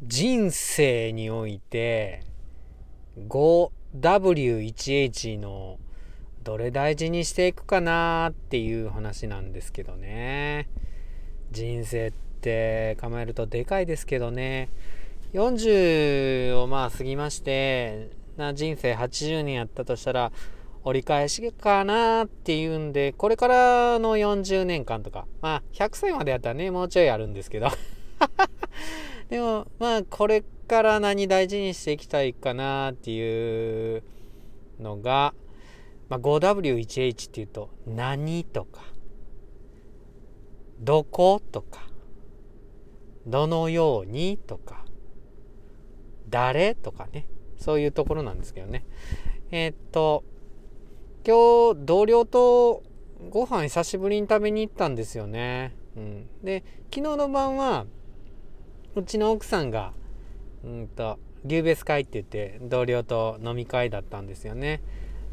人生において 5W1H のどれ大事にしていくかなっていう話なんですけどね。人生って構えるとでかいですけどね、40を過ぎまして人生80年やったとしたら折り返しかなっていうんで、これからの40年間とか100歳までやったらねもうちょいあるんですけどでもこれから何大事にしていきたいかなっていうのが、5W1H っていうと何とかどことかどのようにとか誰とかね、そういうところなんですけどね。今日同僚とご飯久しぶりに食べに行ったんですよね。で昨日の晩はうちの奥さんが留別会って言って同僚と飲み会だったんですよね。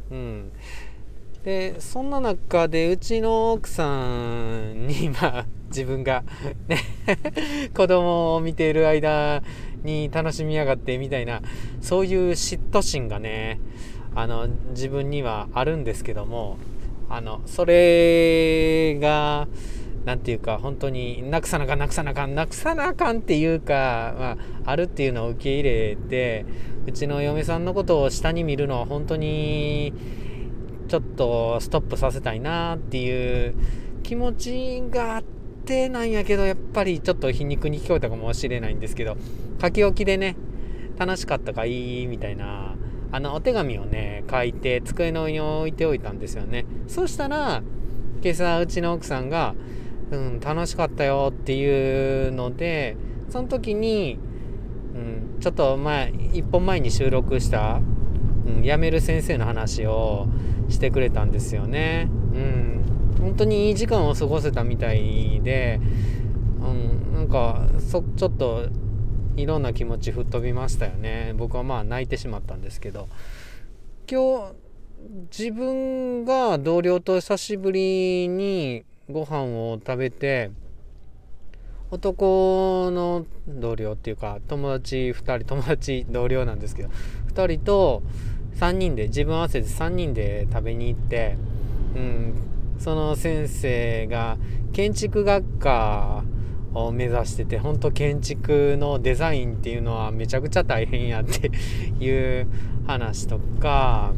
でそんな中でうちの奥さんに自分がね子供を見ている間に楽しみやがってみたいな、そういう嫉妬心がね自分にはあるんですけども、それがなんていうか本当になくさなあかんっていうか、あるっていうのを受け入れて、うちの嫁さんのことを下に見るのは本当にちょっとストップさせたいなっていう気持ちがあってなんやけど、やっぱりちょっと皮肉に聞こえたかもしれないんですけど、書き置きでね楽しかったかいみたいなお手紙をね書いて机の上に置いておいたんですよね。そうしたら今朝うちの奥さんが楽しかったよっていうので、その時に、ちょっと一本前に収録した辞める先生の話をしてくれたんですよね。本当にいい時間を過ごせたみたいで、なんかちょっといろんな気持ち吹っ飛びましたよね。僕は泣いてしまったんですけど、今日自分が同僚と久しぶりにご飯を食べて、男の同僚っていうか友達同僚なんですけど2人と3人で自分合わせて3人で食べに行って、その先生が建築学科を目指してて、本当建築のデザインっていうのはめちゃくちゃ大変やっていう話とか、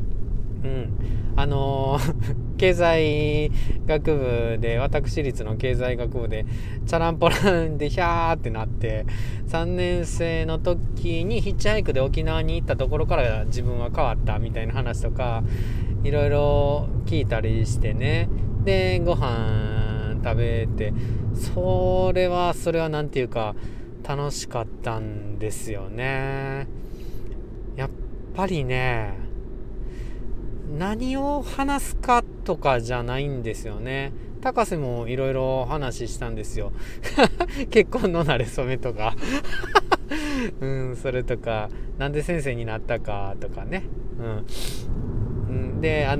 経済学部で、私立の経済学部でチャランポランでヒャーってなって、3年生の時にヒッチハイクで沖縄に行ったところから自分は変わったみたいな話とかいろいろ聞いたりしてね。でご飯食べて、それはなんていうか楽しかったんですよね。やっぱりね、何を話すかとかじゃないんですよね。高瀬もいろいろ話したんですよ結婚の馴れ初めとかそれとかなんで先生になったかとかね、で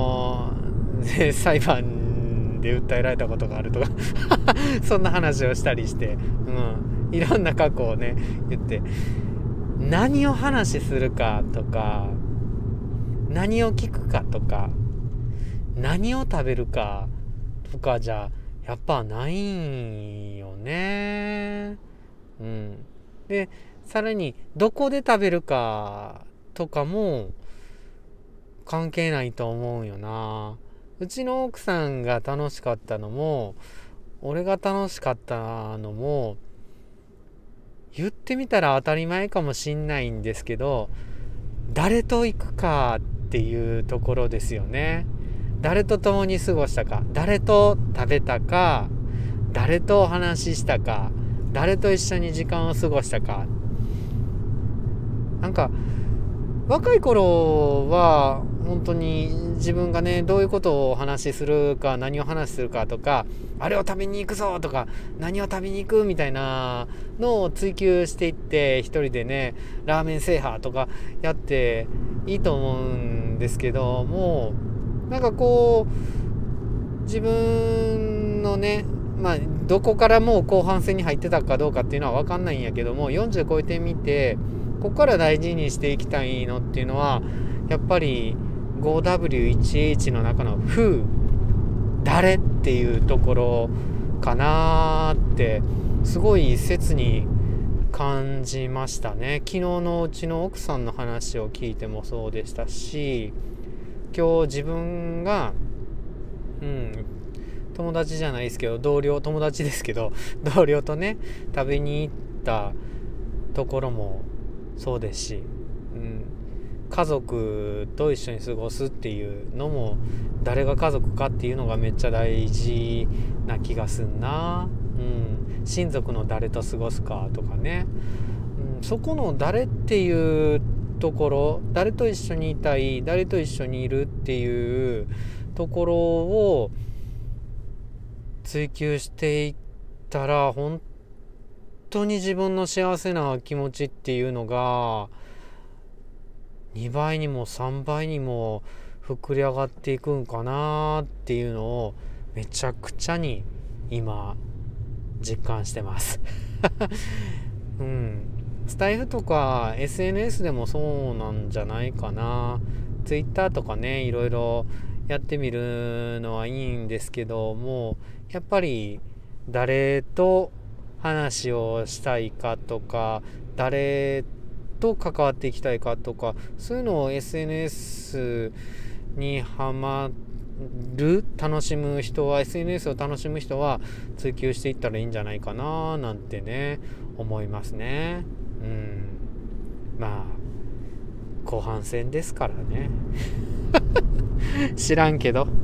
裁判で訴えられたことがあるとかそんな話をしたりして、いろんな過去をね言って、何を話するかとか何を聞くかとか何を食べるかとかじゃやっぱないんよね。でさらにどこで食べるかとかも関係ないと思うよな。うちの奥さんが楽しかったのも俺が楽しかったのも言ってみたら当たり前かもしんないんですけど、誰と行くかっていうところですよね。誰と共に過ごしたか、誰と食べたか、誰とお話ししたか、誰と一緒に時間を過ごしたか。なんか若い頃は本当に自分がねどういうことをお話しするか、何を話するかとか、あれを食べに行くぞとか何を食べに行くみたいなのを追求していって、一人でねラーメン制覇とかやっていいと思うんですけども、なんかこう自分のねどこからもう後半戦に入ってたかどうかっていうのは分かんないんやけども、40超えてみてここから大事にしていきたいのっていうのはやっぱり 5W1H の中の Who 誰っていうところかなってすごい切に感じましたね。昨日のうちの奥さんの話を聞いてもそうでしたし、今日自分が友達じゃないですけど友達ですけど同僚とね食べに行ったところもそうですし、家族と一緒に過ごすっていうのも誰が家族かっていうのがめっちゃ大事な気がすんな。親族の誰と過ごすかとかね、そこの誰っていうところ、誰と一緒にいたい、誰と一緒にいるっていうところを追求していったら本当に自分の幸せな気持ちっていうのが2倍にも3倍にも膨れ上がっていくんかなっていうのをめちゃくちゃに今実感してますスタイフとか SNS でもそうなんじゃないかな。 Twitter とかねいろいろやってみるのはいいんですけども、やっぱり誰と話をしたいかとか誰と関わっていきたいかとか、そういうのを SNS にハマる楽しむ人は SNS を楽しむ人は追求していったらいいんじゃないかななんてね思いますね。後半戦ですからね知らんけど